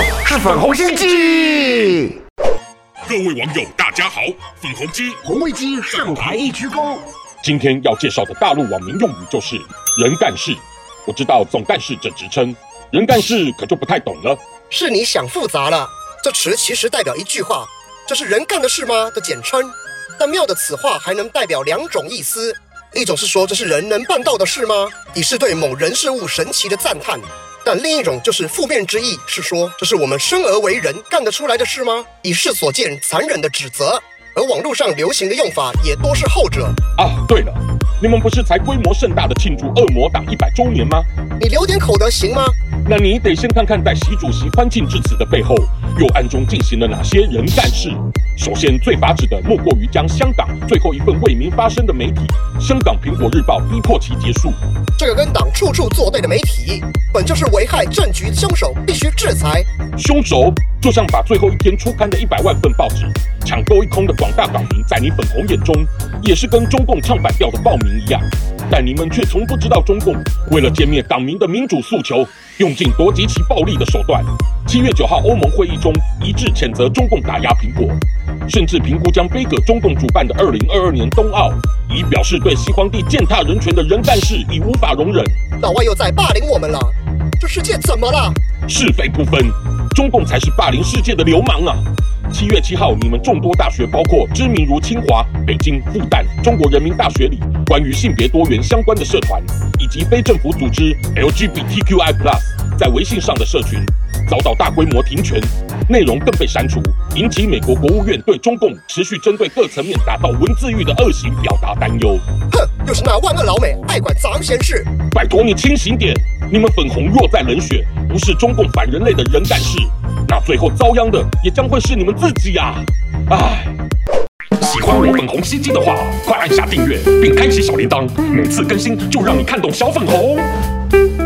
是粉红心机。 各位网友，大家好，粉红鸡红卫鸡上台一鞠躬。 今天要介绍的大陆网民用语就是“人干事”。我知道总干事这职称，人干事可就不太懂了。 是你想复杂了，这词其实代表一句话，这是人干的事吗的简称。但妙的此话还能代表两种意思，一种是说这是人能办到的事吗，以是对某人事物神奇的赞叹。但另一种就是负面之意，是说这是我们生而为人干得出来的事吗？以世所见残忍的指责。而网络上流行的用法也多是后者。 对了，你们不是才规模盛大的庆祝恶魔党100周年吗？ 你留点口德行吗？ 那你得先看看在习主席欢庆致辞的背后，又暗中进行了哪些人干事。首先，最发指的莫过于将香港最后一份为民发声的媒体《香港苹果日报》逼迫其结束。 这个跟党处处作对的媒体，本就是危害政局凶手，必须制裁。 凶手就像把最后一天出刊的100万份报纸抢购一空的广大港民，在你粉红眼中，也是跟中共唱反调的暴民一样。但你们却从不知道中共为了歼灭港民的民主诉求，用尽多极其暴力的手段。7月9号欧盟会议中一致谴责中共打压苹果，甚至评估将杯葛中共主办的2022年冬奥，以表示对西皇帝践踏人权的人干事已无法容忍。 老外又在霸凌我们了，这世界怎么了？ 是非不分，中共才是霸凌世界的流氓啊！7月7号，你们众多大学，包括知名如清华、北京、复旦、中国人民大学里关于性别多元相关的社团，以及非政府组织 LGBTQI+， 在微信上的社群遭到大规模停权，内容更被删除，引起美国国务院对中共持续针对各层面打造文字狱的恶行表达担忧。 哼，又是那万恶老美爱管脏闲事！ 拜托你清醒点，你们粉红若再冷血，不是中共反人类的人干事，那最后遭殃的也将会是你们自己啊！喜欢我粉红心机的话，快按下订阅并开启小铃铛，每次更新就让你看懂小粉红。